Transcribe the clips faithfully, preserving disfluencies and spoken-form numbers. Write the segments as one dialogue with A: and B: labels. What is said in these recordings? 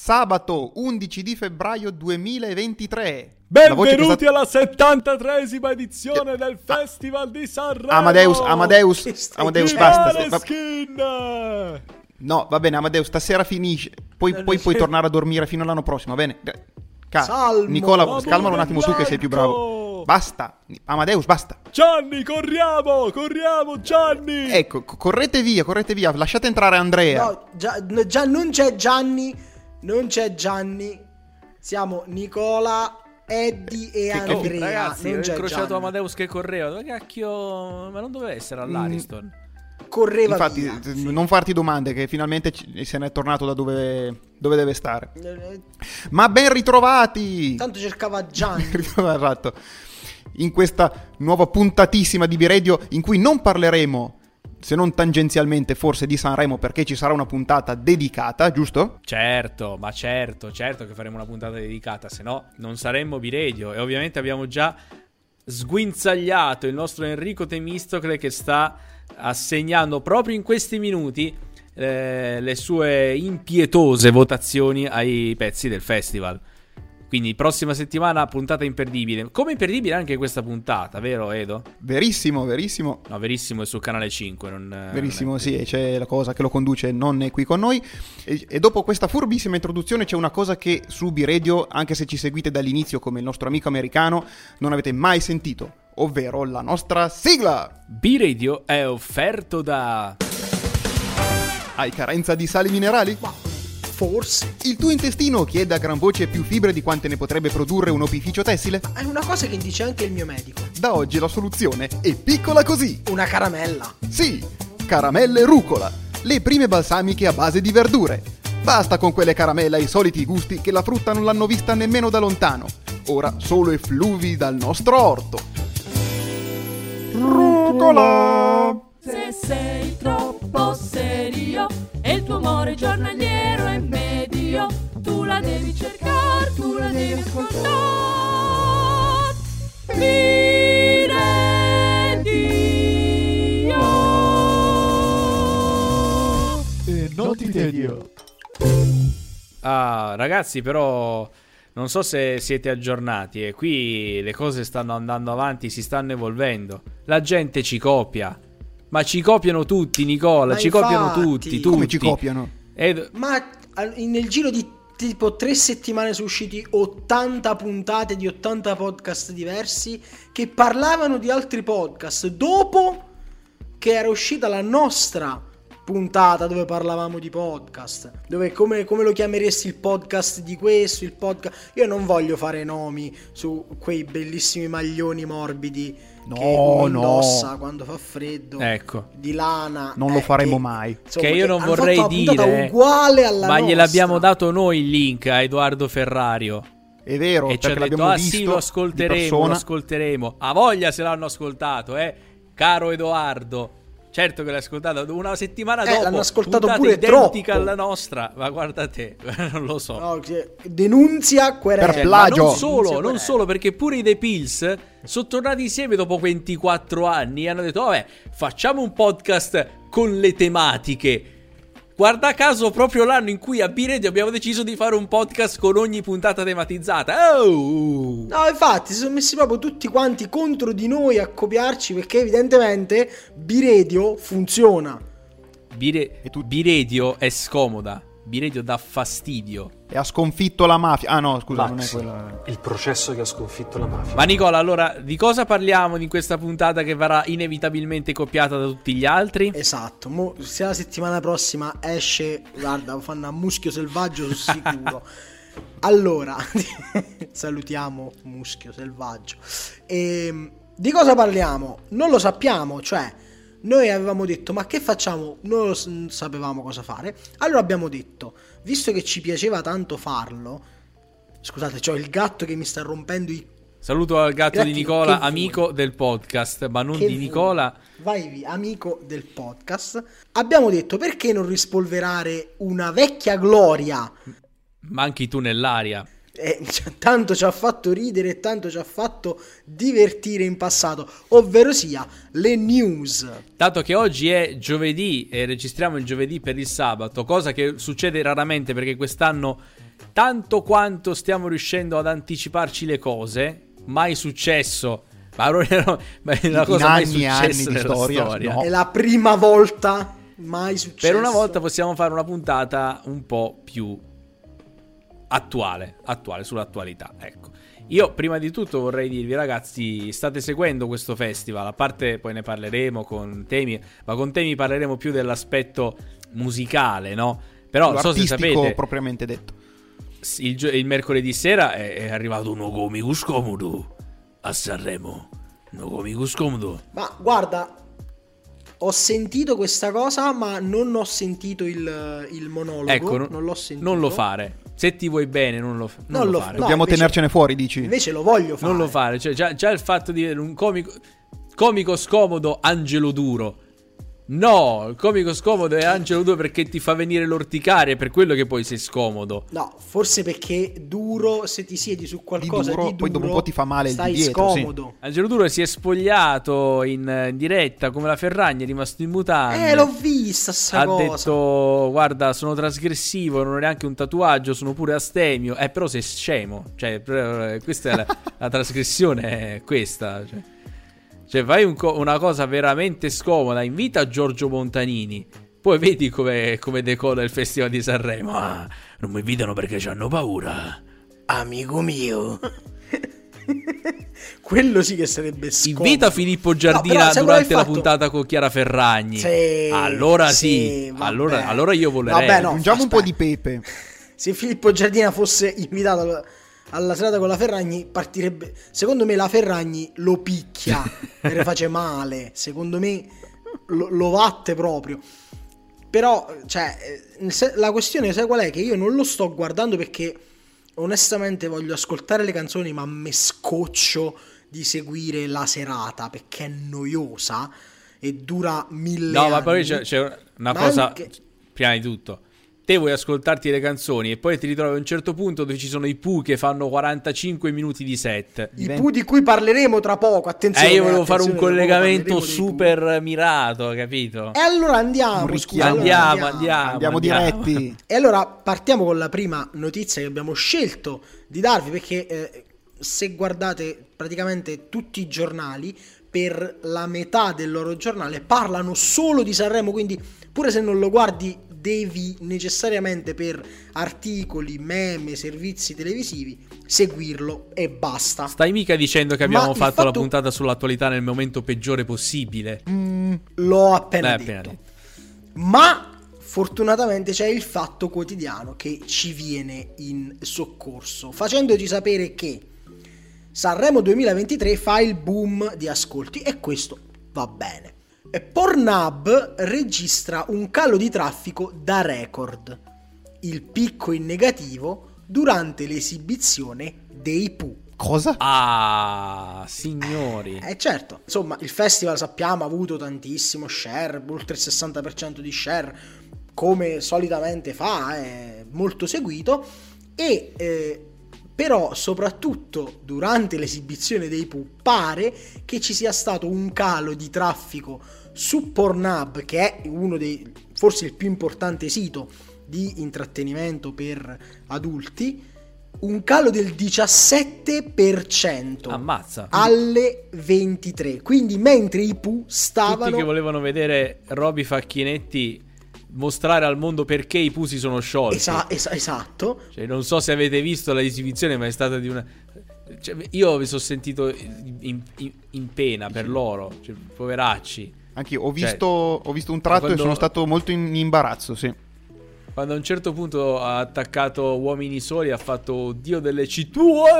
A: sabato undici di febbraio duemilaventitré.
B: Benvenuti
A: sta...
B: alla settantatreesima edizione del Festival di Sanremo.
A: Amadeus, Amadeus, Amadeus, basta.
B: Skin.
A: No, va bene, Amadeus, stasera finisce. Poi, poi puoi tornare a dormire fino all'anno prossimo, va bene? Ca-
C: Salmo,
A: Nicola, calmalo un attimo tu che sei più bravo. Basta, Amadeus, basta.
B: Gianni, corriamo, corriamo, Gianni.
A: Ecco, correte via, correte via, lasciate entrare Andrea.
C: No, già, no, già non c'è Gianni, non c'è Gianni. Siamo Nicola, Eddie e
B: che,
C: Andrea.
B: Che, ragazzi,
C: non
B: ho
C: c'è
B: incrociato
C: Gianni.
B: Amadeus che correva. Dove cacchio? Ma non doveva essere all'Ariston.
C: Mm. Correva
A: Infatti,
C: via,
A: t-
C: sì.
A: non farti domande, che finalmente ci- se n'è tornato da dove, dove deve stare. Ma ben ritrovati!
C: Tanto cercava Gianni.
A: Esatto. In questa nuova puntatissima di B-Radio, in cui non parleremo, se non tangenzialmente forse, di Sanremo, perché ci sarà una puntata dedicata, giusto?
B: Certo, ma certo, certo che faremo una puntata dedicata, se no non saremmo B-Radio. E ovviamente abbiamo già sguinzagliato il nostro Enrico Temistocle, che sta assegnando proprio in questi minuti eh, le sue impietose votazioni ai pezzi del festival. Quindi prossima settimana puntata imperdibile. Come imperdibile anche questa puntata, vero Edo?
A: Verissimo, verissimo.
B: No, verissimo, è su Canale cinque. Non,
A: Verissimo,
B: non
A: sì, e c'è la cosa che lo conduce, non è qui con noi. E, e dopo questa furbissima introduzione c'è una cosa che su B-Radio, anche se ci seguite dall'inizio come il nostro amico americano, non avete mai sentito, ovvero la nostra sigla.
B: B-Radio è offerto da...
A: Hai carenza di sali minerali?
C: Forse.
A: Il tuo intestino chiede a gran voce più fibre di quante ne potrebbe produrre un opificio tessile?
C: È una cosa che dice anche il mio medico.
A: Da oggi la soluzione è piccola così.
C: Una caramella.
A: Sì, caramelle rucola, le prime balsamiche a base di verdure. Basta con quelle caramelle ai soliti gusti che la frutta non l'hanno vista nemmeno da lontano. Ora solo effluvi dal nostro orto. Rucola!
D: Se sei troppo serio e il tuo amore giornaliero è medio, tu la devi cercare, tu la devi ascoltare. B-Radio.
E: E non ti tedio.
B: Ah, ragazzi, però non so se siete aggiornati e qui le cose stanno andando avanti, si stanno evolvendo. La gente ci copia. Ma ci copiano tutti, Nicola,
C: Ma
B: ci
C: infatti,
B: copiano tutti, tutti.
A: Come ci copiano?
B: Ed...
C: Ma nel giro di tipo tre settimane sono usciti ottanta puntate di ottanta podcast diversi che parlavano di altri podcast dopo che era uscita la nostra puntata dove parlavamo di podcast, dove come, come lo chiameresti il podcast di questo, il podcast... Io non voglio fare nomi su quei bellissimi maglioni morbidi
A: No,
C: che uno
A: no.
C: indossa quando fa freddo,
B: Ecco.
C: di lana.
A: Non lo
C: eh,
A: faremo
C: che-
A: mai.
C: insomma,
B: Che io non
C: hanno
B: vorrei
C: fatto la puntata
B: dire,
C: uguale alla
B: ma
C: nostra.
B: gliel'abbiamo dato noi il link a Edoardo Ferrario.
A: È vero,
B: E ci ha
A: perché
B: detto,
A: l'abbiamo
B: ah
A: visto
B: sì, lo
A: di
B: ascolteremo, lo
A: persona.
B: ascolteremo. A voglia se l'hanno ascoltato, eh. Caro Edoardo. Certo che l'hai ascoltato una settimana
C: Eh,
B: dopo.
C: l'hanno ascoltato
B: puntata
C: pure
B: identica
C: troppo.
B: alla nostra. Ma guarda te, non lo so.
C: No, che- denunzia querela.
A: Per
B: Cioè, ma
A: plagio.
B: non solo,
C: Denunzia
B: non
C: querela.
B: solo, perché pure i The Pills sono tornati insieme dopo ventiquattro anni e hanno detto, vabbè, facciamo un podcast con le tematiche. Guarda caso proprio l'anno in cui a B-Radio abbiamo deciso di fare un podcast con ogni puntata tematizzata. Oh!
C: No, infatti si sono messi proprio tutti quanti contro di noi a copiarci perché evidentemente B-Radio funziona.
B: B-re-
A: E tu-
B: B-Radio è scomoda. B-Radio dà fastidio.
A: E ha sconfitto la mafia. Ah no, scusa,
E: Max,
A: non è quella.
E: il processo che ha sconfitto la mafia.
B: Ma Nicola, allora, di cosa parliamo in questa puntata che verrà inevitabilmente copiata da tutti gli altri?
C: Esatto, mo, se la settimana prossima esce, guarda, fanno a muschio selvaggio sul sicuro. Allora, salutiamo Muschio Selvaggio. E, di cosa parliamo? Non lo sappiamo, cioè noi avevamo detto ma che facciamo? Non lo s- sapevamo cosa fare. Allora abbiamo detto, visto che ci piaceva tanto farlo, scusate, c'ho il gatto che mi sta rompendo i...
B: Saluto al gatto
C: Gatti,
B: di Nicola,
C: che
B: amico
C: vuoi?
B: del podcast, ma non
C: Che
B: di
C: vuoi?
B: Nicola.
C: Vai via, amico del podcast. Abbiamo detto perché non rispolverare una vecchia gloria.
B: Manchi tu nell'aria.
C: Eh, cioè, tanto ci ha fatto ridere e tanto ci ha fatto divertire in passato, ovvero sia le news.
B: Dato che oggi è giovedì e registriamo il giovedì per il sabato, cosa che succede raramente perché quest'anno tanto quanto stiamo riuscendo ad anticiparci le cose, mai successo, ma non è una cosa mai successa nella storia, storia.
A: No.
C: È la prima volta mai successo.
B: Per una volta possiamo fare una puntata un po' più attuale, attuale sull'attualità, ecco. Io prima di tutto vorrei dirvi, ragazzi, state seguendo questo festival, a parte poi ne parleremo con Temi, ma con Temi parleremo più dell'aspetto musicale, no? Però non so se sapete,
A: propriamente detto,
B: il, il mercoledì sera è, è arrivato un Nogomiku scomodo a Sanremo. Nogomiku scomodo.
C: Ma guarda, ho sentito questa cosa, ma non ho sentito il, il monologo.
B: Ecco, no,
C: non l'ho sentito.
B: Non lo fare. Se ti vuoi bene, non lo, non
C: non
B: lo
C: lo
B: fare.
C: no,
A: Dobbiamo
C: invece,
A: tenercene fuori, dici?
C: Invece lo voglio fare.
B: Non lo fare. Cioè, già, già il fatto di vedere un comico, comico scomodo Angelo Duro. No, il comico scomodo è Angelo Duro perché ti fa venire l'orticaria, è per quello che poi sei scomodo.
C: No, forse perché duro, se ti siedi su qualcosa di duro,
A: di duro poi dopo un po' ti fa male il
C: stai
A: di dietro,
C: scomodo.
B: Sì. Angelo Duro si è spogliato in, in diretta come la Ferragni, è rimasto in mutande.
C: Eh, l'ho vista sta
B: ha
C: cosa.
B: Ha detto, guarda, sono trasgressivo, non ho neanche un tatuaggio, sono pure astemio. Eh, però sei scemo. Cioè, questa è la, la trasgressione, è questa, cioè. Cioè fai un co- una cosa veramente scomoda, invita Giorgio Montanini, poi vedi come, come decolla il Festival di Sanremo. Ah, non mi invitano perché c'hanno paura.
C: Amico mio. Quello sì che sarebbe scomodo.
B: Invita Filippo Giardina
C: no,
B: durante la
C: fatto...
B: puntata con Chiara Ferragni.
C: Sì,
B: allora sì,
C: sì
B: allora, allora io volerei.
C: Vabbè, no,
A: aggiungiamo un
C: aspetta.
A: po' di pepe.
C: Se Filippo Giardina fosse invitato alla serata con la Ferragni, partirebbe, secondo me la Ferragni lo picchia e le face male, secondo me lo, lo vatte proprio. Però cioè la questione sai qual è? Che io non lo sto guardando perché onestamente voglio ascoltare le canzoni, ma me scoccio di seguire la serata perché è noiosa e dura mille
B: no,
C: anni.
B: ma poi c'è, c'è una
C: Ma
B: cosa
C: anche...
B: prima di tutto. Te vuoi ascoltarti le canzoni e poi ti ritrovi a un certo punto dove ci sono i Pooh che fanno quarantacinque minuti di set.
C: I Pooh di cui parleremo tra poco, attenzione.
B: Eh, io volevo fare un
C: attenzione,
B: collegamento super mirato, capito?
C: E allora andiamo, scusa,
B: andiamo,
C: allora
B: andiamo,
A: Andiamo
B: andiamo.
A: diretti.
C: E allora partiamo con la prima notizia che abbiamo scelto di darvi, perché eh, se guardate praticamente tutti i giornali, per la metà del loro giornale parlano solo di Sanremo, quindi pure se non lo guardi devi necessariamente per articoli, meme, servizi televisivi seguirlo e basta.
B: Stai mica dicendo che abbiamo
C: Ma
B: fatto,
C: fatto...
B: la puntata sull'attualità nel momento peggiore possibile?
C: Mm, l'ho appena,
B: L'hai
C: detto.
B: appena detto.
C: Ma fortunatamente c'è il Fatto Quotidiano che ci viene in soccorso, facendoci sapere che Sanremo duemilaventitré fa il boom di ascolti e questo va bene. E Pornhub registra un calo di traffico da record, il picco in negativo durante l'esibizione dei Pooh.
A: Cosa?
B: Ah, signori.
C: Eh certo, insomma il festival sappiamo ha avuto tantissimo share, oltre il sessanta per cento di share, come solitamente fa, è molto seguito e... Eh, però soprattutto durante l'esibizione dei Pooh pare che ci sia stato un calo di traffico su Pornhub, che è uno dei, forse il più importante sito di intrattenimento per adulti, un calo del diciassette per cento.
B: Ammazza.
C: Alle ventitré. Quindi mentre i Pooh stavano...
B: Tutti che volevano vedere Roby Facchinetti mostrare al mondo perché i Pooh si sono sciolti.
C: Esa- es- esatto.
B: Cioè, non so se avete visto la esibizione, ma è stata di una... Cioè, io mi sono sentito in, in, in pena per loro, cioè, poveracci.
A: Anche io ho
B: Cioè,
A: visto, ho visto un tratto
B: quando...
A: e sono stato molto in imbarazzo, sì.
B: Quando a un certo punto ha attaccato Uomini Soli, ha fatto Dio delle cittù.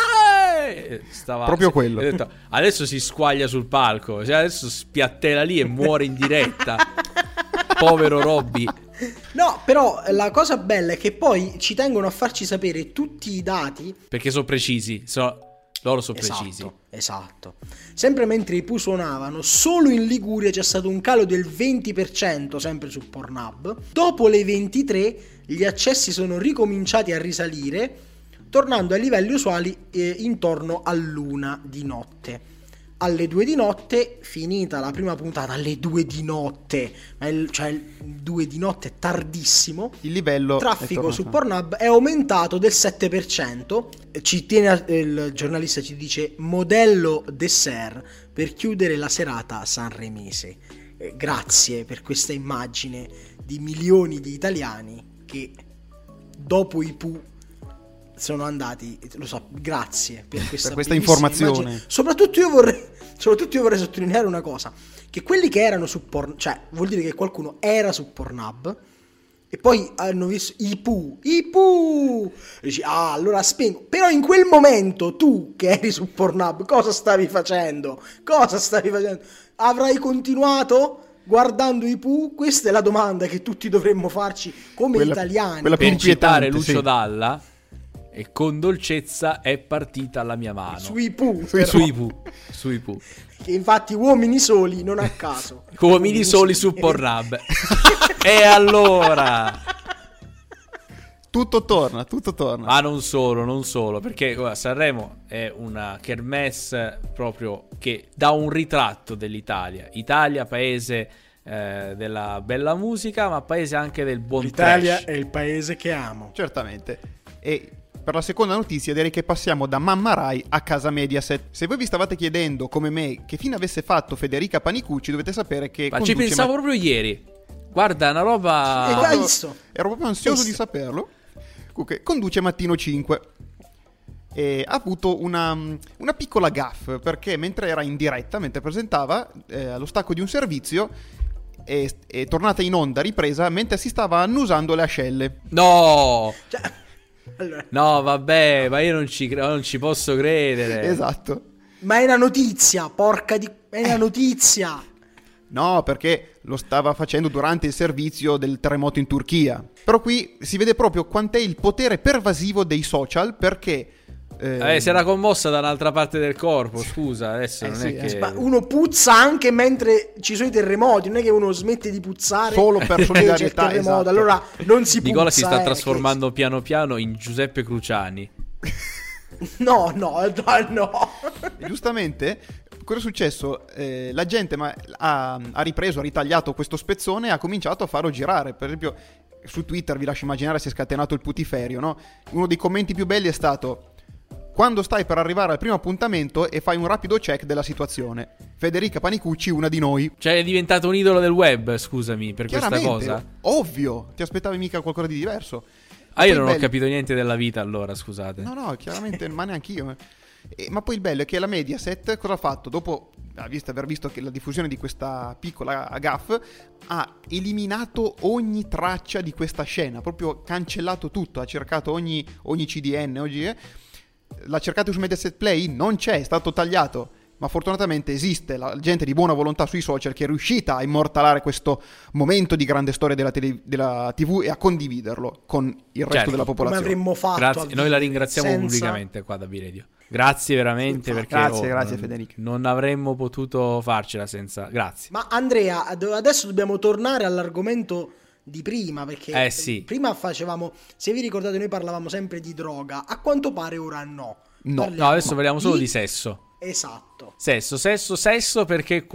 B: Stava
A: proprio quello.
B: Ho detto, adesso si squaglia sul palco, cioè adesso spiattela lì e muore in diretta. Povero Robby.
C: No, però la cosa bella è che poi ci tengono a farci sapere tutti i dati.
B: Perché sono precisi, so, loro sono
C: Esatto,
B: precisi.
C: esatto. Sempre mentre i Pooh suonavano, solo in Liguria c'è stato un calo del venti per cento, sempre su Pornhub. Dopo le ventitré gli accessi sono ricominciati a risalire, tornando ai livelli usuali eh, intorno all'una di notte. alle due di notte, finita la prima puntata alle due di notte, ma il, cioè il due di notte è tardissimo,
A: il livello
C: traffico su Pornhub è aumentato del sette per cento. Ci tiene a, il giornalista ci dice modello dessert per chiudere la serata sanremese. Eh, grazie per questa immagine di milioni di italiani che dopo i Pooh sono andati, lo so, grazie per questa,
A: per questa informazione.
C: Immagine. Soprattutto io vorrei soprattutto io vorrei sottolineare una cosa, che quelli che erano su Pornhub, cioè vuol dire che qualcuno era su Pornhub e poi hanno visto i Pooh, i Pooh, e dici, ah, allora spengo. Però in quel momento tu che eri su Pornhub cosa stavi facendo? Cosa stavi facendo? Avrai continuato guardando i Pooh? Questa è la domanda che tutti dovremmo farci come
A: quella,
C: italiani.
A: Quella
B: per citare Lucio
A: sì.
B: Dalla, e con dolcezza è partita la mia mano
C: sui Pooh,
B: sui, sui Pooh, sui Pooh.
C: Che infatti uomini soli non a caso.
B: Uomini soli su Pornhub. E allora
A: tutto torna, tutto torna.
B: Ma non solo, non solo, perché guarda, Sanremo è una kermesse proprio che dà un ritratto dell'Italia. Italia, paese eh, della bella musica, ma paese anche del buon
C: L'Italia
B: trash.
C: è il paese che amo.
A: Certamente. E per la seconda notizia direi che passiamo da Mamma Rai a casa Mediaset. Se voi vi stavate chiedendo, come me, che fine avesse fatto Federica Panicucci, dovete sapere che
B: Ma ci pensavo
A: ma...
B: proprio ieri. Guarda, una roba...
C: E l'hai visto?
A: Ero proprio ansioso
C: Visto.
A: di saperlo. Comunque, conduce Mattino cinque. E ha avuto una, una piccola gaffe, perché mentre era in diretta, mentre presentava, eh, allo stacco di un servizio, è, è tornata in onda, ripresa, mentre si stava annusando le ascelle.
B: No!
C: Cioè, allora.
B: No, vabbè, ma io non ci, cre- non ci posso credere.
A: Esatto.
C: Ma è una notizia, porca di... è una notizia.
A: No, perché lo stava facendo durante il servizio del terremoto in Turchia. Però qui si vede proprio quant'è il potere pervasivo dei social, perché...
B: Eh, si era commossa da un'altra parte del corpo, scusa, adesso
A: Eh
B: non
A: sì,
B: è che...
C: Ma uno puzza anche mentre ci sono i terremoti, non è che uno smette di puzzare
A: Solo per
C: perché c'è il
A: solidarietà,
C: terremoto,
A: esatto.
C: allora non si puzza.
B: Nicola si sta
C: eh,
B: trasformando piano piano in Giuseppe Cruciani.
C: che- No, no, no, no.
A: E giustamente, cosa è successo? Eh, la gente ma, ha, ha ripreso, ha ritagliato questo spezzone e ha cominciato a farlo girare. Per esempio, su Twitter, vi lascio immaginare, si è scatenato il putiferio, no? Uno dei commenti più belli è stato: quando stai per arrivare al primo appuntamento e fai un rapido check della situazione. Federica Panicucci, una di noi.
B: Cioè è diventato un idolo del web, scusami, per questa
A: Chiaramente,
B: cosa.
A: ovvio, ti aspettavi mica qualcosa di diverso.
B: Ah, io
A: Poi
B: non
A: bello-
B: ho capito niente della vita allora, scusate.
A: No, no, chiaramente, ma neanche io. E, ma poi il bello è che la Mediaset cosa ha fatto? Dopo ha visto, aver visto che la diffusione di questa piccola gaffe, ha eliminato ogni traccia di questa scena, proprio cancellato tutto, ha cercato ogni, ogni C D N, ogni, eh. L'ha cercato su Mediaset Play, non c'è, è stato tagliato. Ma fortunatamente esiste la gente di buona volontà sui social che è riuscita a immortalare questo momento di grande storia della, tele, della tivù e a condividerlo con il resto
B: Certo.
A: della
C: Come
A: popolazione.
C: avremmo fatto?
B: Grazie,
C: a
B: noi la
C: vivere
B: ringraziamo
C: senza-
B: pubblicamente qua da B-Radio. Grazie veramente,
C: Sì,
B: perché
A: grazie,
B: oh,
A: grazie,
B: non,
A: Federica.
B: non avremmo potuto farcela senza. Grazie.
C: Ma Andrea, ad- adesso dobbiamo tornare all'argomento di prima, perché
B: Eh, sì.
C: prima facevamo, se vi ricordate, noi parlavamo sempre di droga, a quanto pare ora no.
A: No.
B: No, adesso parliamo solo di sesso.
C: Esatto.
B: Sesso, sesso, sesso, perché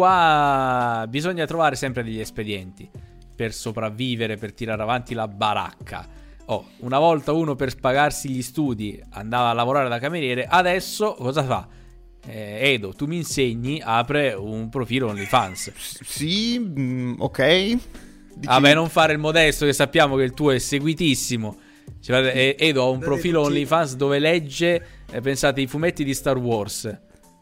B: qua bisogna trovare sempre degli espedienti per sopravvivere, per tirare avanti la baracca. Oh, una volta uno per pagarsi gli studi andava a lavorare da cameriere, adesso cosa fa? Eh, Edo, tu mi insegni, apre un profilo OnlyFans.
A: Sì, mm, ok. Dici-
B: Vabbè, non fare il modesto, che sappiamo che il tuo è seguitissimo. Cioè, eh, Edo ha un profilo
C: tutti-
B: OnlyFans dove legge, eh, pensate, i fumetti di Star Wars.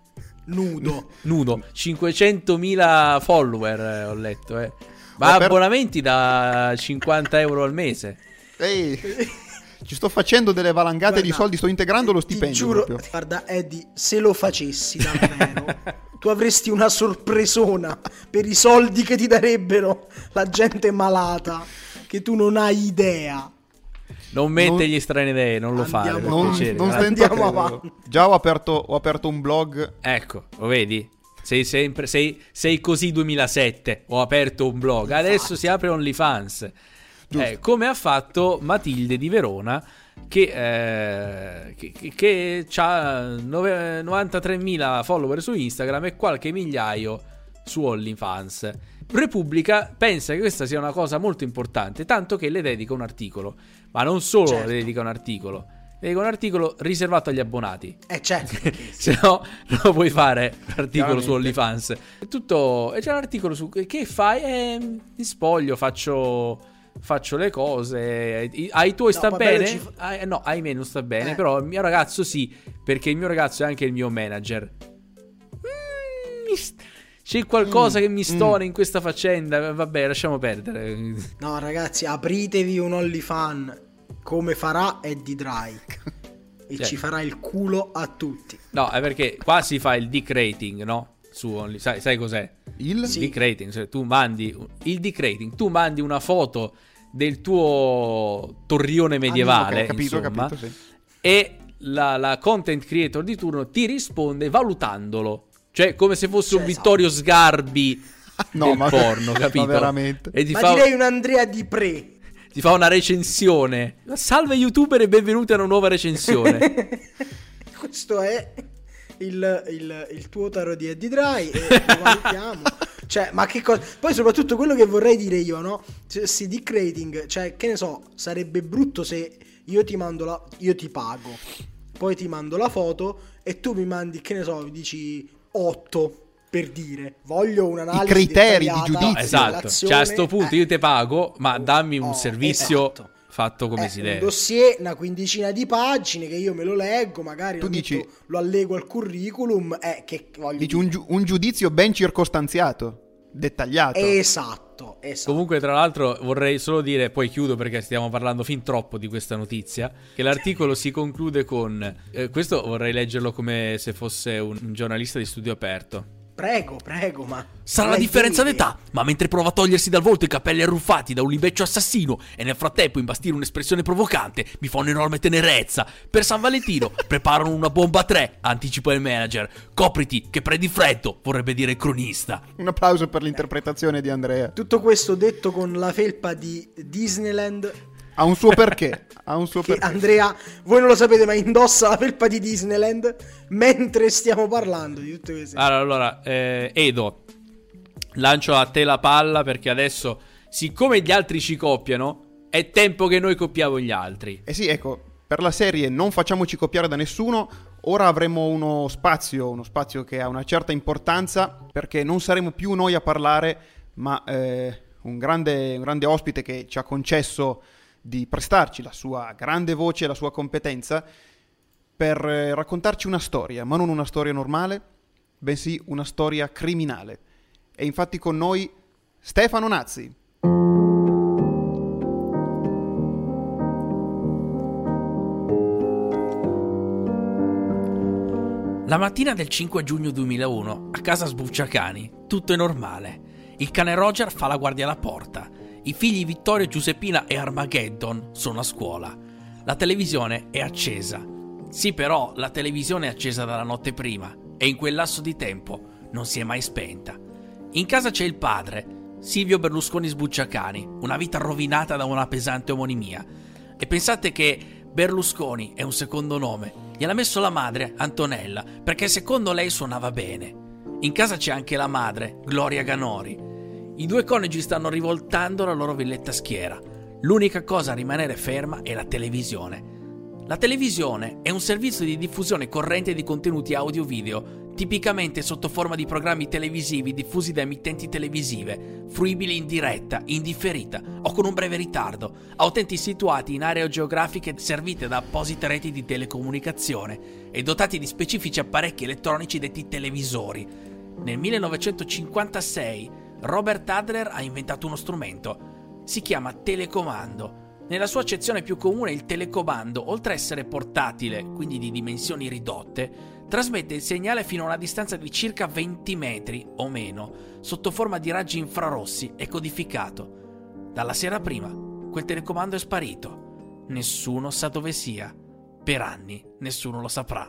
C: Nudo.
B: Nudo, cinquecentomila follower eh, ho letto, eh. Ma
A: Ho per-
B: abbonamenti da cinquanta euro al mese.
A: Ehi, ci sto facendo delle valangate
C: Guarda,
A: di soldi, sto integrando lo
C: ti
A: stipendio
C: giuro,
A: proprio.
C: guarda Eddie, se lo facessi davvero tu avresti una sorpresona per i soldi che ti darebbero la gente malata, che tu non hai idea.
B: Non mettegli strane idee, non lo fare, per
C: Andiamo-
A: Non,
B: piacere.
A: non
B: va.
A: stento a
C: Andiamo
A: crederlo.
C: avanti.
A: Già ho aperto, ho aperto un blog.
B: Ecco, lo vedi? Sei sempre sei, sei così duemilasette. Ho aperto un blog. Adesso si apre OnlyFans. Eh, come ha fatto Matilde di Verona, che, eh, che, che, che ha novantatremila follower su Instagram e qualche migliaio su OnlyFans. Repubblica pensa che questa sia una cosa molto importante, tanto che le dedica un articolo, ma non solo certo. le dedica un articolo, le dedica un articolo riservato agli abbonati.
C: Eh certo,
B: se no non lo puoi fare un articolo su OnlyFans. È tutto, e c'è un articolo su che fai? Eh, mi spoglio, faccio faccio le cose. Ai tuoi no, sta bene? Ci... Ah, no, ahimè non sta bene, eh. Però il mio ragazzo sì, perché il mio ragazzo è anche il mio manager. Mm, mi st- C'è qualcosa mm, che mi stona mm. in questa faccenda. Vabbè, lasciamo perdere.
C: No, ragazzi, apritevi un OnlyFans come farà Eddie Dry e cioè. ci farà il culo a tutti.
B: No, è perché qua si fa il dick rating, no? Su Only, sai, sai cos'è?
A: Il
B: sì. dick rating. Cioè, tu mandi il dick rating, tu mandi una foto del tuo torrione medievale, ah, no, capito, insomma, capito, sì. E la, la content creator di turno ti risponde valutandolo. Cioè, come se fosse cioè, un Vittorio esatto. Sgarbi no, del ma, porno, capito?
A: Ma veramente.
C: E ti ma fa... direi un Andrea Di Pre.
B: Ti fa una recensione. Salve youtuber e benvenuti a una nuova recensione.
C: Questo è il, il, il tuo tarot di Eddie Dry e lo valutiamo. Cioè, ma che cosa... Poi soprattutto quello che vorrei dire io, no? Si dick rating, cioè, che ne so, sarebbe brutto se io ti mando la... Io ti pago, poi ti mando la foto e tu mi mandi, che ne so, dici... otto per dire, voglio un'analisi
A: i criteri di giudizio.
B: No, esatto, cioè a sto punto eh. io te pago, ma dammi un oh, servizio esatto. fatto come eh, si deve.
C: Un dossier, una quindicina di pagine che io me lo leggo, magari
A: tu dici,
C: detto, lo allego al curriculum, eh, che voglio
A: dici un, giu- un giudizio ben circostanziato, dettagliato.
C: Esatto, esatto.
B: Comunque, tra l'altro, vorrei solo dire, poi chiudo perché stiamo parlando fin troppo di questa notizia, che l'articolo si conclude con eh, questo vorrei leggerlo come se fosse un, un giornalista di studio aperto.
C: Prego, prego, ma...
B: Sarà la differenza d'età, ma mentre prova a togliersi dal volto i capelli arruffati da un libeccio assassino e nel frattempo imbastire un'espressione provocante, mi fa un'enorme tenerezza. Per San Valentino preparano una bomba a tre, anticipa il manager. Copriti, che prendi freddo, vorrebbe dire il cronista.
A: Un applauso per l'interpretazione di Andrea.
C: Tutto questo detto con la felpa di Disneyland...
A: Ha un suo perché. Ha un suo
C: che
A: perché.
C: Andrea, voi non lo sapete, ma indossa la felpa di Disneyland mentre stiamo parlando di tutte queste.
B: Allora, allora eh, Edo, lancio a te la palla perché adesso, siccome gli altri ci copiano, è tempo che noi copiamo gli altri.
A: Eh sì, ecco, per la serie non facciamoci copiare da nessuno. Ora avremo uno spazio, uno spazio che ha una certa importanza, perché non saremo più noi a parlare, ma eh, un grande, un grande ospite che ci ha concesso di prestarci la sua grande voce e la sua competenza per eh, raccontarci una storia, ma non una storia normale, bensì una storia criminale. E infatti con noi Stefano Nazzi.
B: La mattina del cinque giugno duemilauno, a casa Sbucciacani, tutto è normale. Il cane Roger fa la guardia alla porta. I figli Vittorio, Giuseppina e Armageddon sono a scuola. La televisione è accesa. Sì, però la televisione è accesa dalla notte prima e in quel lasso di tempo non si è mai spenta. In casa c'è il padre, Silvio Berlusconi Sbucciacani, una vita rovinata da una pesante omonimia. E pensate che Berlusconi è un secondo nome. Gliel'ha messo la madre, Antonella, perché secondo lei suonava bene. In casa c'è anche la madre, Gloria Ganori. I due coniugi stanno rivoltando la loro villetta schiera. L'unica cosa a rimanere ferma è la televisione. La televisione è un servizio di diffusione corrente di contenuti audio-video, tipicamente sotto forma di programmi televisivi diffusi da emittenti televisive, fruibili in diretta, in differita o con un breve ritardo, a utenti situati in aree geografiche servite da apposite reti di telecomunicazione e dotati di specifici apparecchi elettronici detti televisori. Nel millenovecentocinquantasei Robert Adler ha inventato uno strumento. Si chiama telecomando. Nella sua accezione più comune il telecomando, oltre a essere portatile, quindi di dimensioni ridotte, trasmette il segnale fino a una distanza di circa venti metri o meno, sotto forma di raggi infrarossi e codificato. Dalla sera prima, quel telecomando è sparito. Nessuno sa dove sia. Per anni nessuno lo saprà.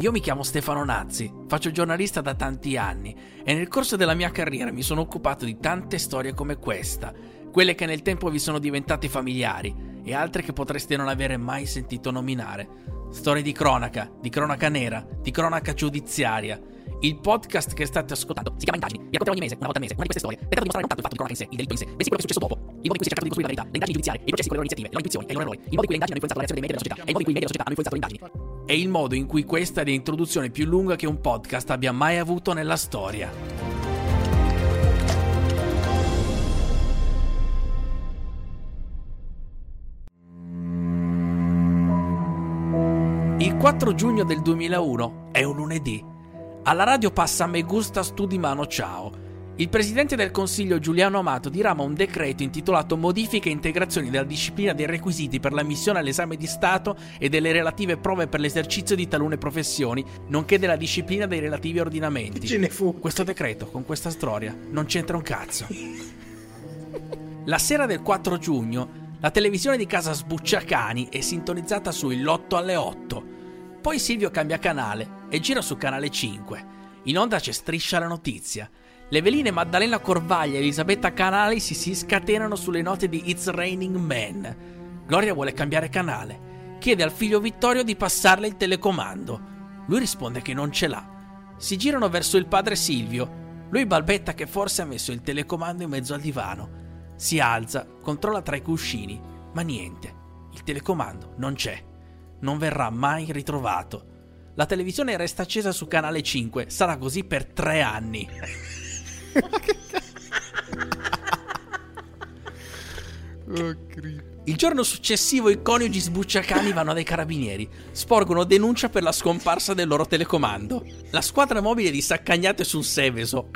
B: Io mi chiamo Stefano Nazzi, faccio giornalista da tanti anni e nel corso della mia carriera mi sono occupato di tante storie come questa, quelle che nel tempo vi sono diventate familiari e altre che potreste non avere mai sentito nominare. Storie di cronaca, di cronaca nera, di cronaca giudiziaria. Il podcast che state ascoltando si chiama Indagini. Vi racconterò ogni mese, una volta al mese, una di queste storie, tentando di dimostrare non tanto il fatto di cronaca in sé, il delitto in sé, bensì quello che è successo dopo. Il modo in cui si è cercato di costruire la verità, le indagini giudiziarie, i processi con le loro iniziative, le loro intuizioni e i loro errori. Il modo in cui le indagini hanno influenzato la reazione dei media della società e il modo in cui i media della società hanno influenzato le indagini. È il modo in cui questa è l'introduzione più lunga che un podcast abbia mai avuto nella storia. Il quattro giugno del duemilauno è un lunedì. Alla radio passa Me Gustas Tu Di Mano Ciao. Il presidente del Consiglio Giuliano Amato dirama un decreto intitolato Modifiche e integrazioni della disciplina dei requisiti per l'ammissione all'esame di Stato e delle relative prove per l'esercizio di talune professioni, nonché della disciplina dei relativi ordinamenti.
C: Ce ne fu.
B: Questo decreto, con questa storia, non c'entra un cazzo. La sera del quattro giugno, la televisione di casa Sbucciacani è sintonizzata su Il Lotto alle otto. Poi Silvio cambia canale e gira su canale cinque. In onda c'è Striscia la notizia. Le veline Maddalena Corvaglia e Elisabetta Canali si, si scatenano sulle note di It's Raining Men. Gloria vuole cambiare canale. Chiede al figlio Vittorio di passarle il telecomando. Lui risponde che non ce l'ha. Si girano verso il padre Silvio. Lui balbetta che forse ha messo il telecomando in mezzo al divano. Si alza, controlla tra i cuscini, ma niente. Il telecomando non c'è. Non verrà mai ritrovato. La televisione resta accesa su canale cinque. Sarà così per tre anni. Il giorno successivo i coniugi Sbucciacani vanno dai carabinieri, sporgono denuncia per la scomparsa del loro telecomando. La squadra mobile di Saccagnate sul Seveso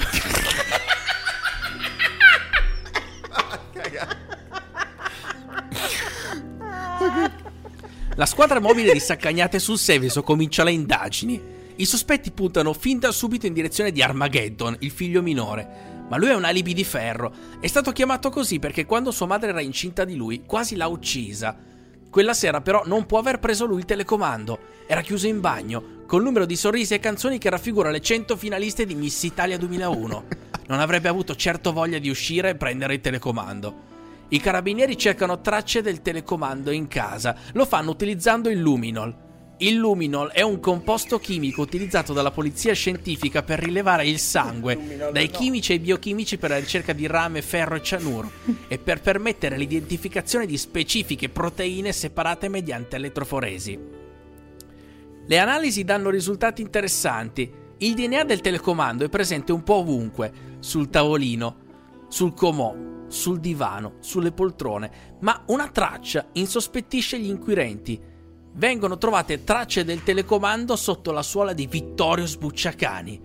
B: La squadra mobile di Saccagnate sul Seveso comincia le indagini. I sospetti puntano fin da subito in direzione di Armageddon, il figlio minore. Ma lui ha un alibi di ferro. È stato chiamato così perché quando sua madre era incinta di lui, quasi l'ha uccisa. Quella sera però non può aver preso lui il telecomando. Era chiuso in bagno, col numero di sorrisi e canzoni che raffigura le cento finaliste di Miss Italia duemilauno. Non avrebbe avuto certo voglia di uscire e prendere il telecomando. I carabinieri cercano tracce del telecomando in casa. Lo fanno utilizzando il luminol. Il luminol è un composto chimico utilizzato dalla polizia scientifica per rilevare il sangue, dai chimici ai biochimici per la ricerca di rame, ferro e cianuro e per permettere l'identificazione di specifiche proteine separate mediante elettroforesi. Le analisi danno risultati interessanti. Il D N A del telecomando è presente un po' ovunque, sul tavolino, sul comò, sul divano, sulle poltrone, ma una traccia insospettisce gli inquirenti. Vengono trovate tracce del telecomando sotto la suola di Vittorio Sbucciacani.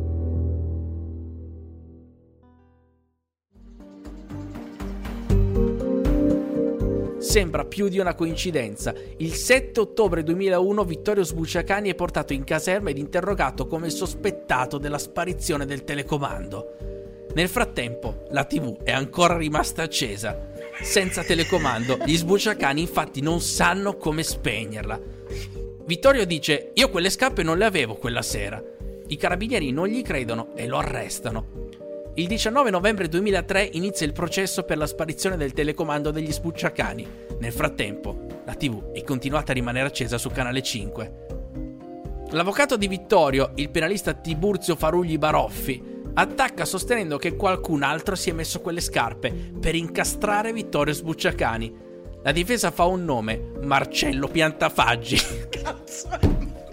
B: Sembra più di una coincidenza. Il sette ottobre duemilauno Vittorio Sbucciacani è portato in caserma ed interrogato come sospettato della sparizione del telecomando. Nel frattempo, la tivù è ancora rimasta accesa. Senza telecomando, gli Sbucciacani infatti non sanno come spegnerla. Vittorio dice: io quelle scarpe non le avevo quella sera. I carabinieri non gli credono e lo arrestano. Il diciannove novembre duemilatré inizia il processo per la sparizione del telecomando degli Sbucciacani. Nel frattempo, la tivù è continuata a rimanere accesa su canale cinque. L'avvocato di Vittorio, il penalista Tiburzio Farugli Baroffi, attacca sostenendo che qualcun altro si è messo quelle scarpe per incastrare Vittorio Sbucciacani. La difesa fa un nome: Marcello Piantafaggi.
C: Cazzo è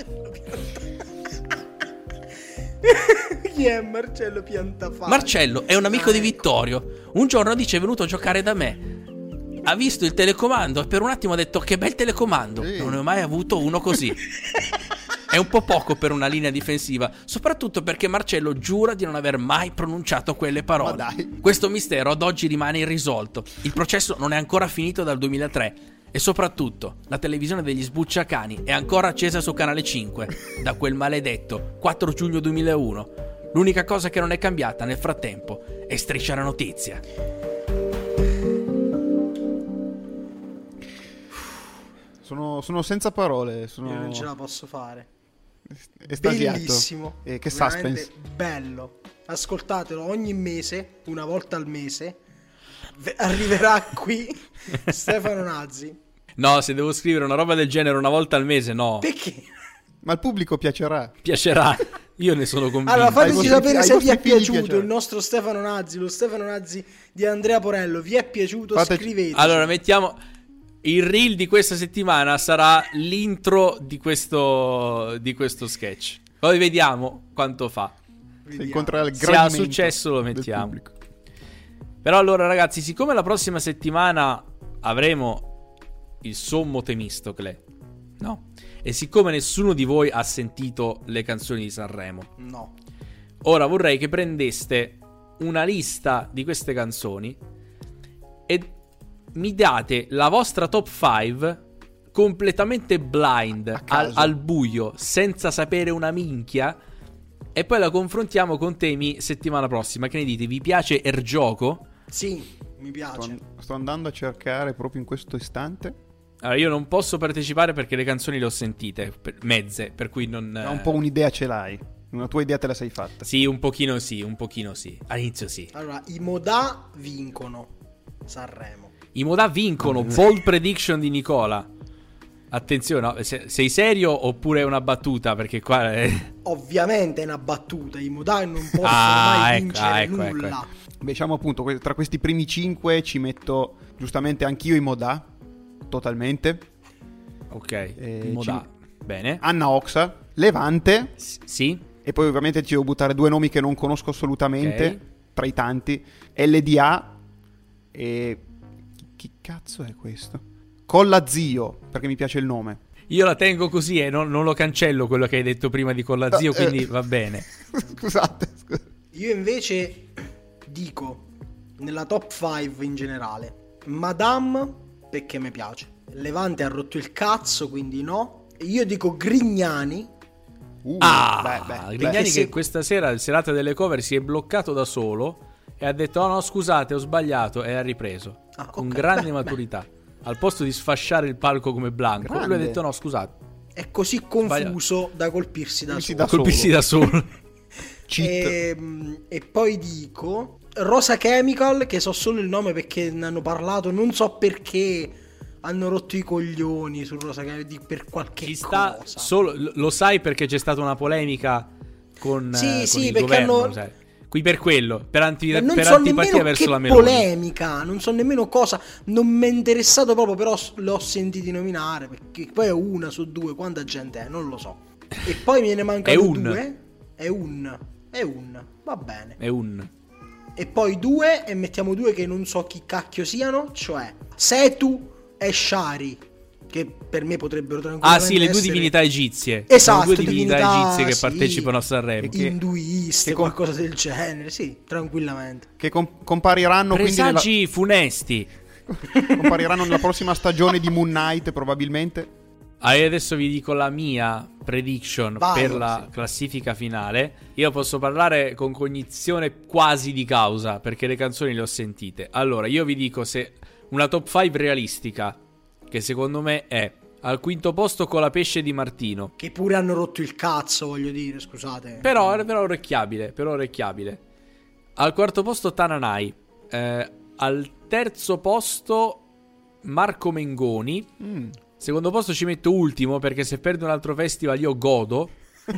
C: Chi è Marcello Piantafaggi?
B: Marcello è un amico di Vittorio. Un giorno dice è venuto a giocare da me. Ha visto il telecomando e per un attimo ha detto: che bel telecomando. Non ne ho mai avuto uno così. È un po' poco per una linea difensiva, soprattutto perché Marcello giura di non aver mai pronunciato quelle parole.
A: Dai.
B: Questo mistero ad oggi rimane irrisolto. Il processo non è ancora finito dal duemilatré e soprattutto la televisione degli Sbucciacani è ancora accesa su canale cinque da quel maledetto quattro giugno duemilauno. L'unica cosa che non è cambiata nel frattempo è Striscia la notizia.
A: Sono, sono senza parole. Sono...
C: Io non ce la posso fare.
A: Estasiato.
C: Bellissimo.
A: Eh, che
C: veramente
A: suspense.
C: bello. Ascoltatelo ogni mese, una volta al mese. V- arriverà qui Stefano Nazzi.
B: No, se devo scrivere una roba del genere una volta al mese, no.
C: Perché?
A: Ma al pubblico piacerà.
B: Piacerà. Io ne sono convinto.
C: Allora fateci
A: vostri-
C: sapere
A: ai
C: se vi è
A: vostri figli
C: piaciuto
A: piacerà.
C: il nostro Stefano Nazzi, lo Stefano Nazzi di Andrea Porello. Vi è piaciuto?
A: Fateci-
C: Scrivete.
B: Allora, mettiamo... Il reel di questa settimana sarà l'intro di questo, di questo sketch. Poi vediamo quanto fa.
A: Se incontrerà il
B: Se ha
A: gradimento
B: successo lo
A: del
B: mettiamo.
A: pubblico.
B: Però allora ragazzi, siccome la prossima settimana avremo il sommo Temistocle, no? E siccome nessuno di voi ha sentito le canzoni di Sanremo,
C: No.
B: ora vorrei che prendeste una lista di queste canzoni e mi date la vostra top cinque completamente blind,
A: A
B: al,
A: caso.
B: al buio, senza sapere una minchia, e poi la confrontiamo con temi settimana prossima. Che ne dite? Vi piace Ergioco?
C: Sì, mi piace.
A: Sto, sto andando a cercare proprio in questo istante.
B: Allora, io non posso partecipare perché le canzoni le ho sentite, per- mezze, per cui non...
A: Ma un po' un'idea ce l'hai. Una tua idea te la sei fatta.
B: Sì, un pochino sì, un pochino sì. All'inizio sì.
C: Allora, i Modà vincono Sanremo.
B: I Modà vincono, bold prediction di Nicola. Attenzione, no? Se- sei serio oppure è una battuta? Perché qua... È...
C: Ovviamente è una battuta, i Modà non possono
B: Ah,
C: mai
B: ecco,
C: vincere
B: ah, ecco,
C: nulla.
B: ecco,
A: Beh, diciamo appunto, que- tra questi primi cinque ci metto giustamente anch'io i Modà. Totalmente.
B: Ok,
A: Eh,
B: i Modà. Bene.
A: Anna Oxa, Levante.
B: S- sì?
A: E poi ovviamente ci devo buttare due nomi che non conosco assolutamente.
B: Ok.
A: Tra i tanti. L D A e... Chi cazzo è questo? Colla Zio, perché mi piace il nome.
B: Io la tengo così e non, non lo cancello quello che hai detto prima di Collazio,
A: No, eh.
B: quindi va bene.
A: Scusate, scusate.
C: Io invece dico, nella top cinque in generale, Madame, perché mi piace. Levante ha rotto il cazzo, quindi no. E io dico Grignani.
A: Uh,
B: Ah,
A: beh, beh, beh.
B: Grignani
C: Perché se-
B: che questa sera, serata delle cover, si è bloccato da solo e ha detto: oh no, scusate, ho sbagliato, e ha ripreso.
C: Ah,
B: con
C: ok,
B: grande
C: beh,
B: maturità. Al posto di sfasciare il palco come Blanco,
A: Grande.
B: lui ha detto: no, scusate,
C: È così confuso da colpirsi da
A: Colpirsi
C: solo.
A: da
B: colpissi
A: solo.
B: da solo.
A: Cheat.
C: E, e poi dico Rosa Chemical, che so solo il nome perché ne hanno parlato, non so perché hanno rotto i coglioni su Rosa Chemical di- per qualche
B: Ci sta
C: cosa.
B: solo, lo lo sai perché c'è stata una polemica con,
C: Sì,
B: eh, con
C: sì,
B: il
C: perché
B: governo,
C: hanno-
B: lo sai. Qui per quello, per, anti-
C: Ma non
B: per
C: so
B: antipatia
C: nemmeno
B: verso
C: che
B: la Meloni.
C: polemica, non so nemmeno cosa, non mi è interessato proprio, però s- l'ho sentiti nominare, perché poi è una su due, quanta gente è, non lo so. E poi me ne mancano
B: È un.
C: due, è un, è un, va bene.
B: È un...
C: E poi due, e mettiamo due che non so chi cacchio siano, cioè Setu e Shari, che per me potrebbero tranquillamente
B: Ah sì, le due
C: essere
B: divinità egizie.
C: Esatto,
B: Sono due divinità,
C: divinità,
B: egizie che
C: sì.
B: partecipano a Sanremo.
A: che-
C: induiste,
A: che com-
C: qualcosa del genere, sì, tranquillamente.
A: Che com- compariranno quindi nella,
B: Presagi funesti.
A: compariranno nella prossima stagione di Moon Knight probabilmente.
B: Ah, e adesso vi dico la mia prediction
C: Vai,
B: per la classifica finale. Io posso parlare con cognizione quasi di causa, perché le canzoni le ho sentite. Allora, io vi dico se una top cinque realistica, che secondo me è al quinto posto con la pesce di Martino.
C: Che pure hanno rotto il cazzo, voglio dire, scusate.
B: Però, però orecchiabile, però orecchiabile. Al quarto posto Tananai. Eh, al terzo posto Marco Mengoni.
A: Mm.
B: Secondo posto ci metto ultimo, perché se perdo un altro festival io godo.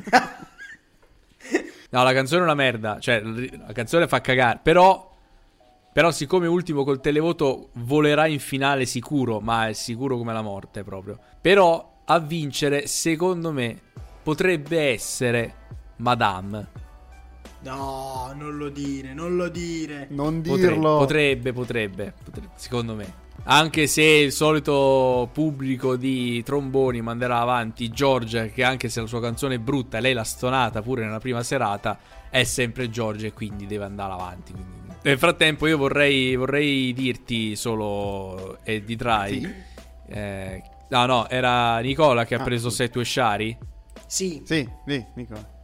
B: No, la canzone è una merda. Cioè, la canzone fa cagare. Però, però siccome ultimo col televoto volerà in finale sicuro, ma è sicuro come la morte proprio. Però a vincere, secondo me, potrebbe essere Madame.
C: No, non lo dire, non lo dire.
A: Non
B: Potrebbe,
A: dirlo.
B: potrebbe, potrebbe, potrebbe, secondo me. Anche se il solito pubblico di tromboni manderà avanti Giorgia, che anche se la sua canzone è brutta, lei l'ha stonata pure nella prima serata, è sempre Giorgia e quindi deve andare avanti. Quindi... Nel frattempo io vorrei, vorrei dirti solo, e di Trai,
A: Sì.
B: eh, no no, era Nicola che ha
A: Ah,
B: preso
A: sì.
B: Setu e Shari.
C: Sì,
A: Sì, sì, Nicola.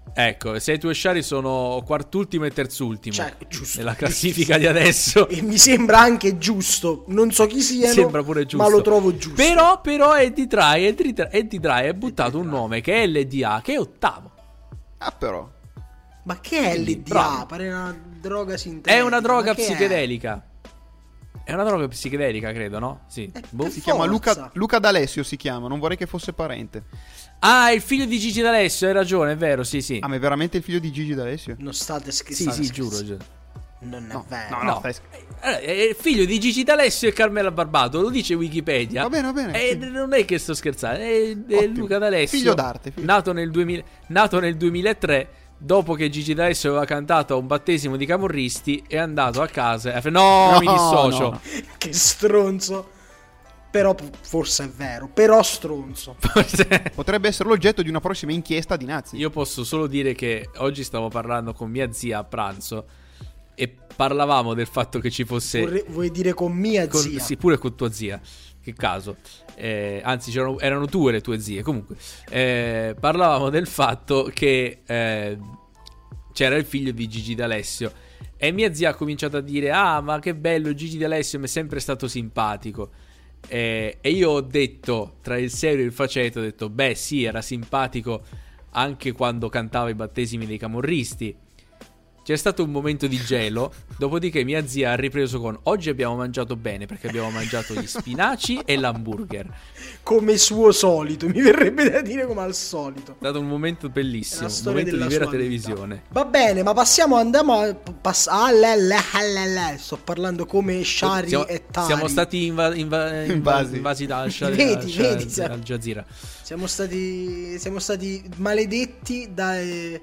B: Ecco, Setu e Shari sono quartultimo e terzultimo,
C: cioè, giusto,
B: nella classifica di adesso.
C: E mi sembra anche giusto. Non so chi siano,
B: sembra pure giusto,
C: ma lo trovo giusto.
B: Però, però Eddie Dry, Eddie Dry, Eddie Dry ha buttato un nome che è L D A, che è ottavo.
A: Ah, però.
C: Ma che è L D A?
B: Bravo.
C: Pare una droga sintetica.
B: È una droga
C: Ma che
B: psichedelica. È? è una droga psichedelica, credo, no? Sì.
C: Eh,
B: Boh.
C: per
A: Si chiama
C: forza.
A: Luca, Luca D'Alessio si chiama, non vorrei che fosse parente.
B: Ah, il figlio di Gigi D'Alessio, hai ragione, è vero, sì, sì.
A: Ah, ma è veramente il figlio di Gigi D'Alessio?
C: Non state
B: Sì,
C: scherzando.
B: sì, giuro, giuro.
C: Non è
A: No,
C: vero.
A: no, no,
B: No.
A: stai sch-
B: Eh, È il figlio di Gigi D'Alessio e Carmela Barbato, lo dice Wikipedia.
A: Va bene, va bene,
B: E
A: sì.
B: non è che sto scherzando, è, è
A: Ottimo.
B: Luca D'Alessio.
A: Figlio d'arte, figlio.
B: Nato nel duemila, nato nel duemilatré, dopo che Gigi D'Alessio aveva cantato a un battesimo di camorristi, è andato a casa e ha fatto, no,
A: No,
B: mi dissocio.
A: no, no.
C: Che stronzo. Però p- forse è vero. Però stronzo.
A: Potrebbe essere l'oggetto di una prossima inchiesta di nazi.
B: Io posso solo dire che oggi stavo parlando con mia zia a pranzo e parlavamo del fatto che ci fosse...
C: Vorrei- vuoi dire con mia
B: Con,
C: zia?
B: sì, pure con tua zia. Che caso. Eh, anzi, c'erano, erano tue le tue zie. Comunque, eh, parlavamo del fatto che eh, c'era il figlio di Gigi D'Alessio. E mia zia ha cominciato a dire: ah, ma che bello, Gigi D'Alessio mi è sempre stato simpatico. Eh, e io ho detto, tra il serio e il faceto, ho detto: beh, sì, era simpatico anche quando cantava i battesimi dei camorristi. C'è stato un momento di gelo, dopodiché mia zia ha ripreso con: oggi abbiamo mangiato bene perché abbiamo mangiato gli spinaci e l'hamburger.
C: Come suo solito. Mi verrebbe da dire come al solito.
B: È stato un momento
C: È
B: bellissimo,
C: la
B: un
C: storia
B: momento di
C: della
B: vera
C: sua
B: televisione.
C: vita. Va bene, ma passiamo, andiamo a pass- ah, le, le, le, le. Sto parlando come Shari
B: Siamo,
C: e Tari.
B: siamo stati inva- inva- inva-
A: Invasi.
B: invasi da Shari
C: Vedi,
B: da-
C: vedi,
B: da-
C: sì.
B: Al Jazeera.
C: Siamo stati siamo stati maledetti dagli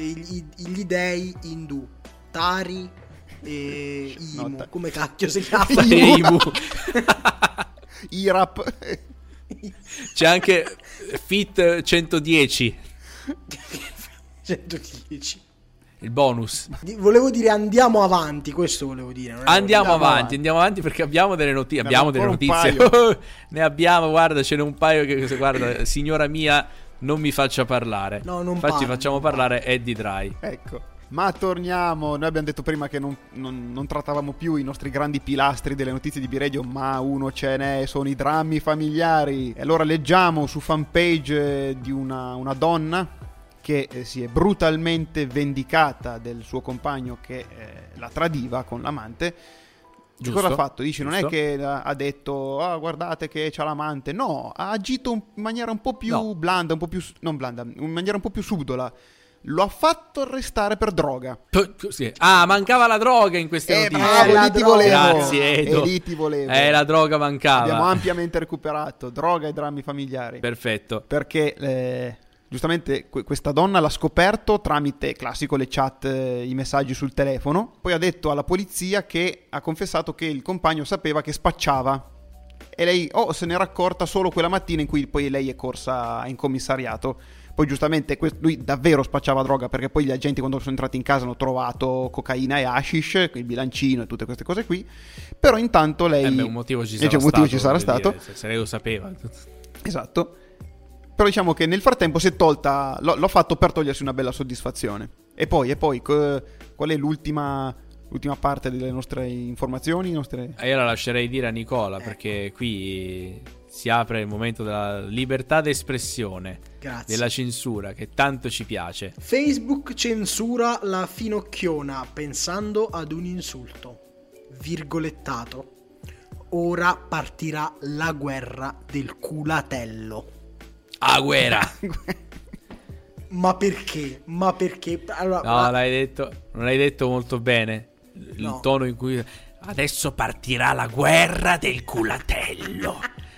C: gli dei indù. Tari e
A: No,
C: Imu.
A: ta-
C: Come cacchio si chiama?
B: E Imu.
A: Irap.
B: C'è anche Fit centodieci,
C: centodieci.
B: il bonus.
C: Di- Volevo dire andiamo avanti, questo volevo dire. non è-
B: Andiamo
A: Andiamo
B: avanti,
A: avanti.
B: andiamo avanti perché abbiamo delle notizie.
A: Ne
B: Abbiamo
A: abbiamo
B: delle
A: ancora un
B: notizie. Ne abbiamo, guarda, ce n'è un paio che, che- guarda, signora mia, non mi faccia parlare.
C: No, non
B: Infatti,
C: parli,
B: facciamo
C: non
B: parlare Eddie Dry.
A: Ecco. Ma torniamo, noi abbiamo detto prima che non, non- non trattavamo più i nostri grandi pilastri delle notizie di B-Radio, ma uno ce n'è, sono i drammi familiari. E allora leggiamo su fanpage eh, di una, una donna che eh, si è brutalmente vendicata del suo compagno che eh, la tradiva con l'amante.
B: Giusto,
A: Cosa ha fatto? Dice, non è
B: giusto.
A: che ha ha detto, ah, guardate che c'ha l'amante. No, ha agito un- in maniera un po' più
B: No.
A: blanda, un po' più, non blanda, in maniera un po' più subdola. Lo ha fatto arrestare per droga.
B: P- sì. Ah, mancava la droga in queste
A: Eh,
B: notizie.
A: bravo,
C: la
A: lì ti
C: droga.
A: volevo.
B: Grazie,
A: E
B: Edo.
A: lì ti volevo.
B: Eh, la droga mancava.
A: Abbiamo ampiamente recuperato droga e drammi familiari.
B: Perfetto.
A: Perché eh, giustamente que- questa donna l'ha scoperto tramite, classico, le chat, eh, i messaggi sul telefono. Poi ha detto alla polizia che ha confessato che il compagno sapeva che spacciava. E lei oh, se n'era accorta solo quella mattina in cui poi lei è corsa in commissariato. Poi giustamente que- lui davvero spacciava droga, perché poi gli agenti quando sono entrati in casa hanno trovato cocaina e hashish, il bilancino e tutte queste cose qui. Però intanto lei...
B: Eh beh, un motivo ci
A: Eh,
B: sarà
A: cioè, un
B: stato.
A: motivo ci sarà
B: voglio
A: stato.
B: dire, se- se lei lo sapeva.
A: Esatto. Però diciamo che nel frattempo si è tolta, l'ho, l'ho fatto per togliersi una bella soddisfazione. E poi, e poi, co- qual è l'ultima, l'ultima parte delle nostre informazioni? Nostre...
B: E io la lascerei dire a Nicola, perché qui si apre il momento della libertà d'espressione,
C: Grazie.
B: della censura, che tanto ci piace.
C: Facebook censura la finocchiona pensando ad un insulto. Virgolettato. Ora partirà la guerra del culatello.
B: Ah, guerra!
C: Ma perché? Ma perché? Allora,
B: No,
C: ma-
B: l'hai detto, non l'hai detto molto bene. Il
C: No.
B: tono in cui adesso partirà la guerra del culatello.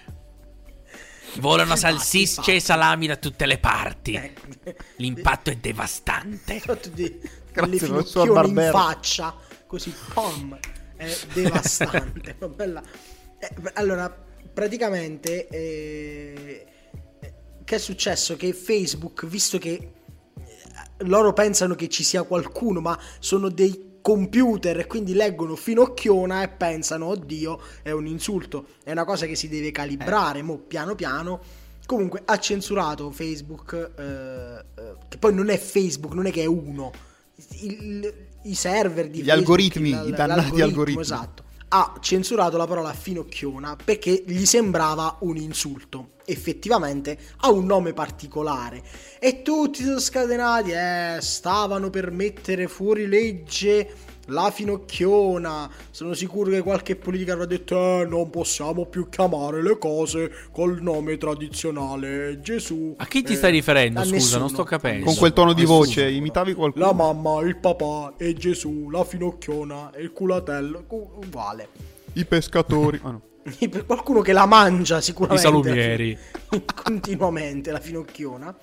B: Volano salsicce e salami da tutte le parti.
C: Ecco.
B: L'impatto è devastante.
C: Fatto di-
A: Grazie
C: le
A: per il suo
C: finocchione in
A: Barbero.
C: faccia, così pom, è devastante. Ma bella. Eh, allora, praticamente eh, che è successo? Che Facebook, visto che eh, loro pensano che ci sia qualcuno, ma sono dei computer e quindi leggono finocchiona e pensano oddio è un insulto, è una cosa che si deve calibrare mo piano piano. Comunque ha censurato Facebook eh, eh, che poi non è Facebook, non è che è uno, il, i server di
A: gli
C: Facebook,
A: algoritmi,
C: la,
A: i dannati algoritmi,
C: esatto, ha censurato la parola finocchiona perché gli sembrava un insulto. Effettivamente ha un nome particolare e tutti sono scatenati, eh, stavano per mettere fuori legge la finocchiona. Sono sicuro che qualche politica avrà detto eh, non possiamo più chiamare le cose col nome tradizionale Gesù.
B: A chi ti
C: eh,
B: stai riferendo? Scusa,
C: nessuno,
B: non sto capendo.
A: con quel tono di
C: Nessuno.
A: voce imitavi qualcuno?
C: La mamma, il papà e Gesù, la finocchiona e il culatello, u- uguale.
A: I pescatori. Ah, no.
C: Per qualcuno che la mangia
B: I
C: sicuramente
B: salumieri.
C: continuamente la finocchiona.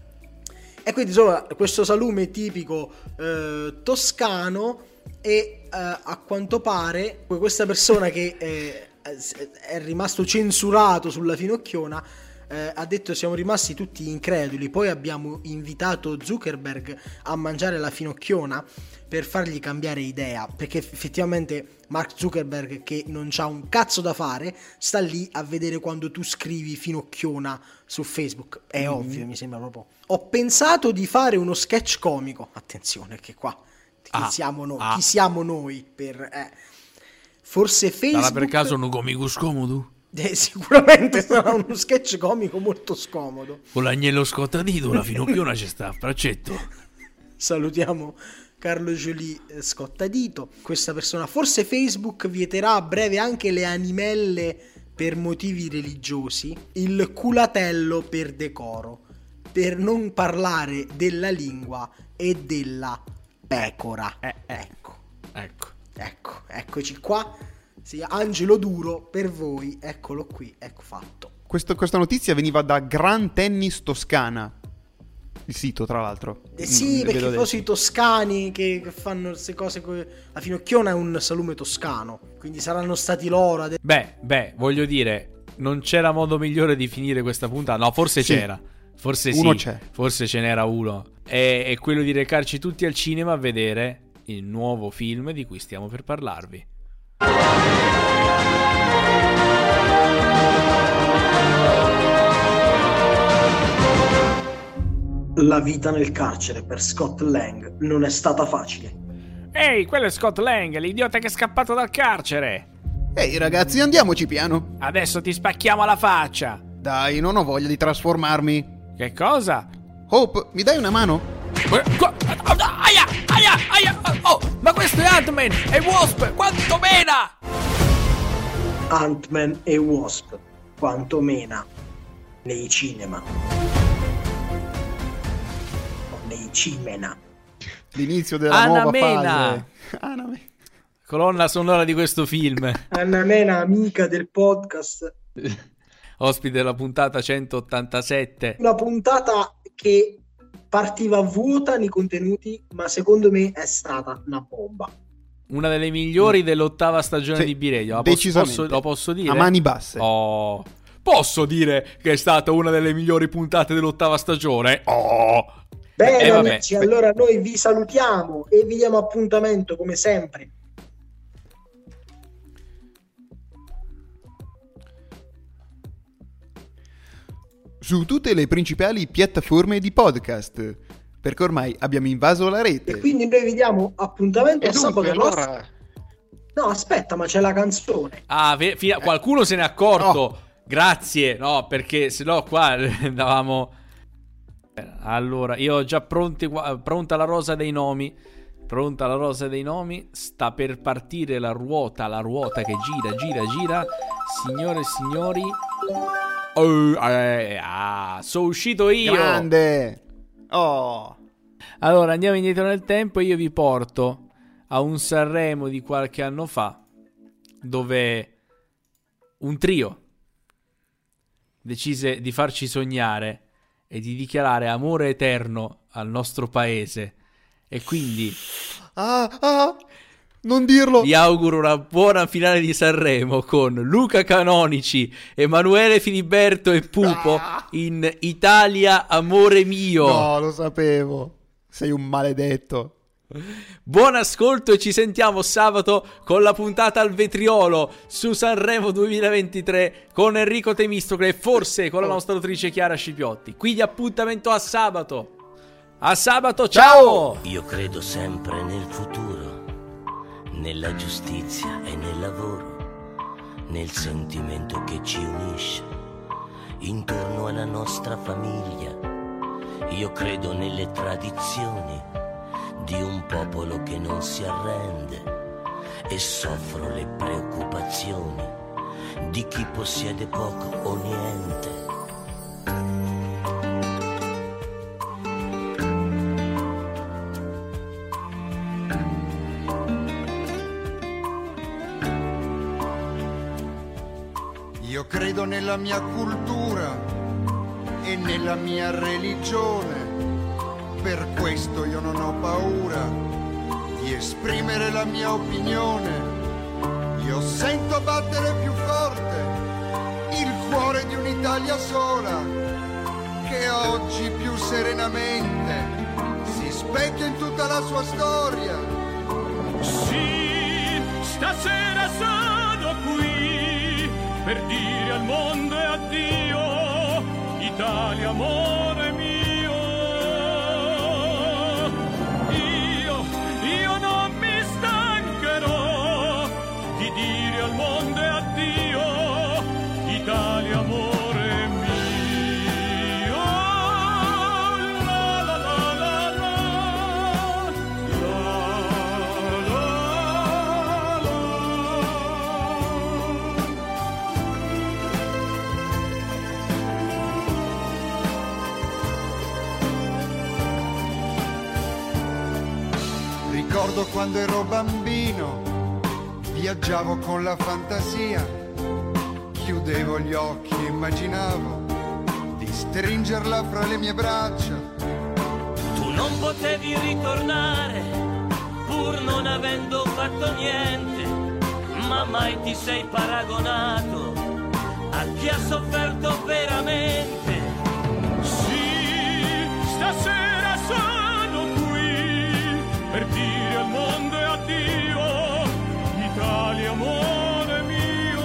C: E quindi insomma questo salume tipico eh, toscano e eh, a quanto pare questa persona che eh, è rimasto censurato sulla finocchiona eh, ha detto siamo rimasti tutti increduli, poi abbiamo invitato Zuckerberg a mangiare la finocchiona per fargli cambiare idea, perché effettivamente Mark Zuckerberg, che non c'ha un cazzo da fare, sta lì a vedere quando tu scrivi finocchiona su Facebook. È mm-hmm. ovvio, mi sembra proprio. Ho pensato di fare uno sketch comico, attenzione che qua chi,
B: ah,
C: siamo, noi,
B: ah.
C: chi siamo noi per eh. forse Facebook
B: sarà per caso un comico scomodo?
C: Eh, sicuramente sarà uno sketch comico molto scomodo.
B: Con l'agnello scottadito, la finocchiona ci sta, braccetto.
C: Salutiamo Carlo Jolie Scottadito, questa persona. Forse Facebook vieterà a breve anche le animelle per motivi religiosi, il culatello per decoro, per non parlare della lingua e della pecora.
B: Eh, eh.
C: Ecco,
B: Ecco.
C: ecco, eccoci qua. Sì, Angelo Duro per voi, eccolo qui, ecco fatto.
A: Questo, questa notizia veniva da Gran Tennis Toscana, il sito tra l'altro.
C: Eh sì,
A: Mm,
C: perché
A: vedo
C: poi i
A: adesso.
C: toscani che, che fanno queste cose co- la finocchiona è un salume toscano, quindi saranno stati loro ad...
B: Beh, beh, voglio dire, non c'era modo migliore di finire questa puntata. No, forse
A: Sì.
B: c'era. Forse
A: Uno
B: sì.
A: c'è.
B: Forse ce n'era uno. È, è quello di recarci tutti al cinema a vedere il nuovo film di cui stiamo per parlarvi.
C: La vita nel carcere per Scott Lang non è stata facile.
B: Ehi, quello è Scott Lang, l'idiota che è scappato dal carcere.
A: Ehi ragazzi, andiamoci piano.
B: Adesso ti spacchiamo la faccia.
A: Dai, non ho voglia di trasformarmi.
B: Che cosa?
A: Hope, mi dai una mano?
B: Eh, qua- Aia, aia, aia. Oh, ma questo è Ant-Man e Wasp, quanto mena!
C: Ant-Man e Wasp, quanto mena nei cinema. O nei cimena.
A: L'inizio della
B: Anna
A: nuova
B: Mena.
A: fase. Anna Mena.
B: Colonna sonora di questo film.
C: Anna Mena, amica del podcast.
B: Ospite della puntata centottantasette.
C: Una puntata che partiva vuota nei contenuti, ma secondo me è stata una bomba.
B: Una delle migliori dell'ottava stagione
A: Sì,
B: di B-Radio. La posso-
A: decisamente.
B: posso- lo posso dire?
A: A mani basse.
B: Oh. Posso dire che è stata una delle migliori puntate dell'ottava stagione? Oh.
C: Bene
B: Eh, vabbè.
C: amici, allora noi vi salutiamo e vi diamo appuntamento come sempre.
A: Su tutte le principali piattaforme di podcast, perché ormai abbiamo invaso la
C: E
A: rete.
C: quindi noi vi diamo appuntamento
E: E
C: a sabato
E: dunque,
C: prossimo.
E: allora...
C: No, aspetta, ma c'è la canzone.
B: Ah, ve- fino a- qualcuno se n'è accorto. Grazie. No, perché sennò qua andavamo... Allora, io ho già pronti qua- pronta la rosa dei nomi. Pronta la rosa dei nomi. Sta per partire la ruota, la ruota che gira, gira, gira. Signore e signori... Oh, eh, ah, sono uscito io.
A: Grande! Oh!
B: Allora andiamo indietro nel tempo e io vi porto a un Sanremo di qualche anno fa, dove un trio decise di farci sognare e di dichiarare amore eterno al nostro paese. E quindi
A: Ah, ah! Non dirlo!
B: vi auguro una buona finale di Sanremo con Luca Canonici, Emanuele Filiberto e Pupo in Italia amore mio.
A: No, lo sapevo. Sei un maledetto.
B: Buon ascolto e ci sentiamo sabato con la puntata al vetriolo su Sanremo duemilaventitré con Enrico Temistocle e forse con la nostra autrice Chiara Scipiotti. Quindi appuntamento a sabato. A sabato, ciao!
F: Io credo sempre nel futuro, nella giustizia e nel lavoro, nel sentimento che ci unisce intorno alla nostra famiglia. Io credo nelle tradizioni di un popolo che non si arrende e soffro le preoccupazioni di chi possiede poco o niente.
G: Io credo nella mia cultura e nella mia religione, per questo io non ho paura di esprimere la mia opinione. Io sento battere più forte il cuore di un'Italia sola, che oggi più serenamente si specchia in tutta la sua storia.
H: Sì, stasera sono qui per dire al mondo e addio, Italia amore mio. Io, io non mi stancherò di dire al mondo e addio, Italia amore mio. La la la la la, la la la.
G: Ricordo quando ero bambino, viaggiavo con la fantasia, chiudevo gli occhi e immaginavo di stringerla fra le mie braccia.
F: Tu non potevi ritornare pur non avendo fatto niente, ma mai ti sei paragonato a chi ha sofferto veramente.
H: Sì, stasera sono qui per dire al mondo e addio, Italia amore mio.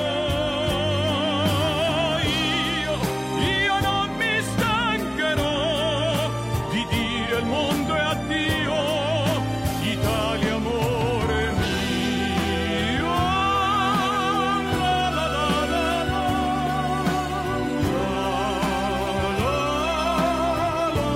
H: Io, io non mi stancherò di dire al mondo e addio, Italia amore mio. La la la la la, la la la.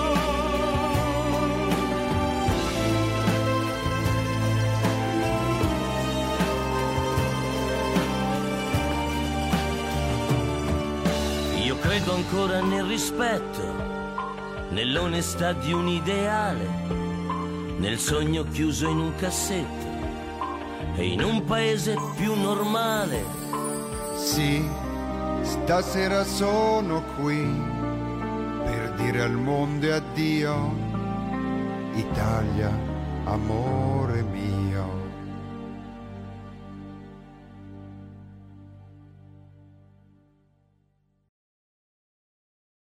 F: Io credo ancora nel rispetto, nell'onestà di un ideale, nel sogno chiuso in un cassetto e in un paese più normale.
G: Sì, stasera sono qui per dire al mondo addio, Italia, amore mio.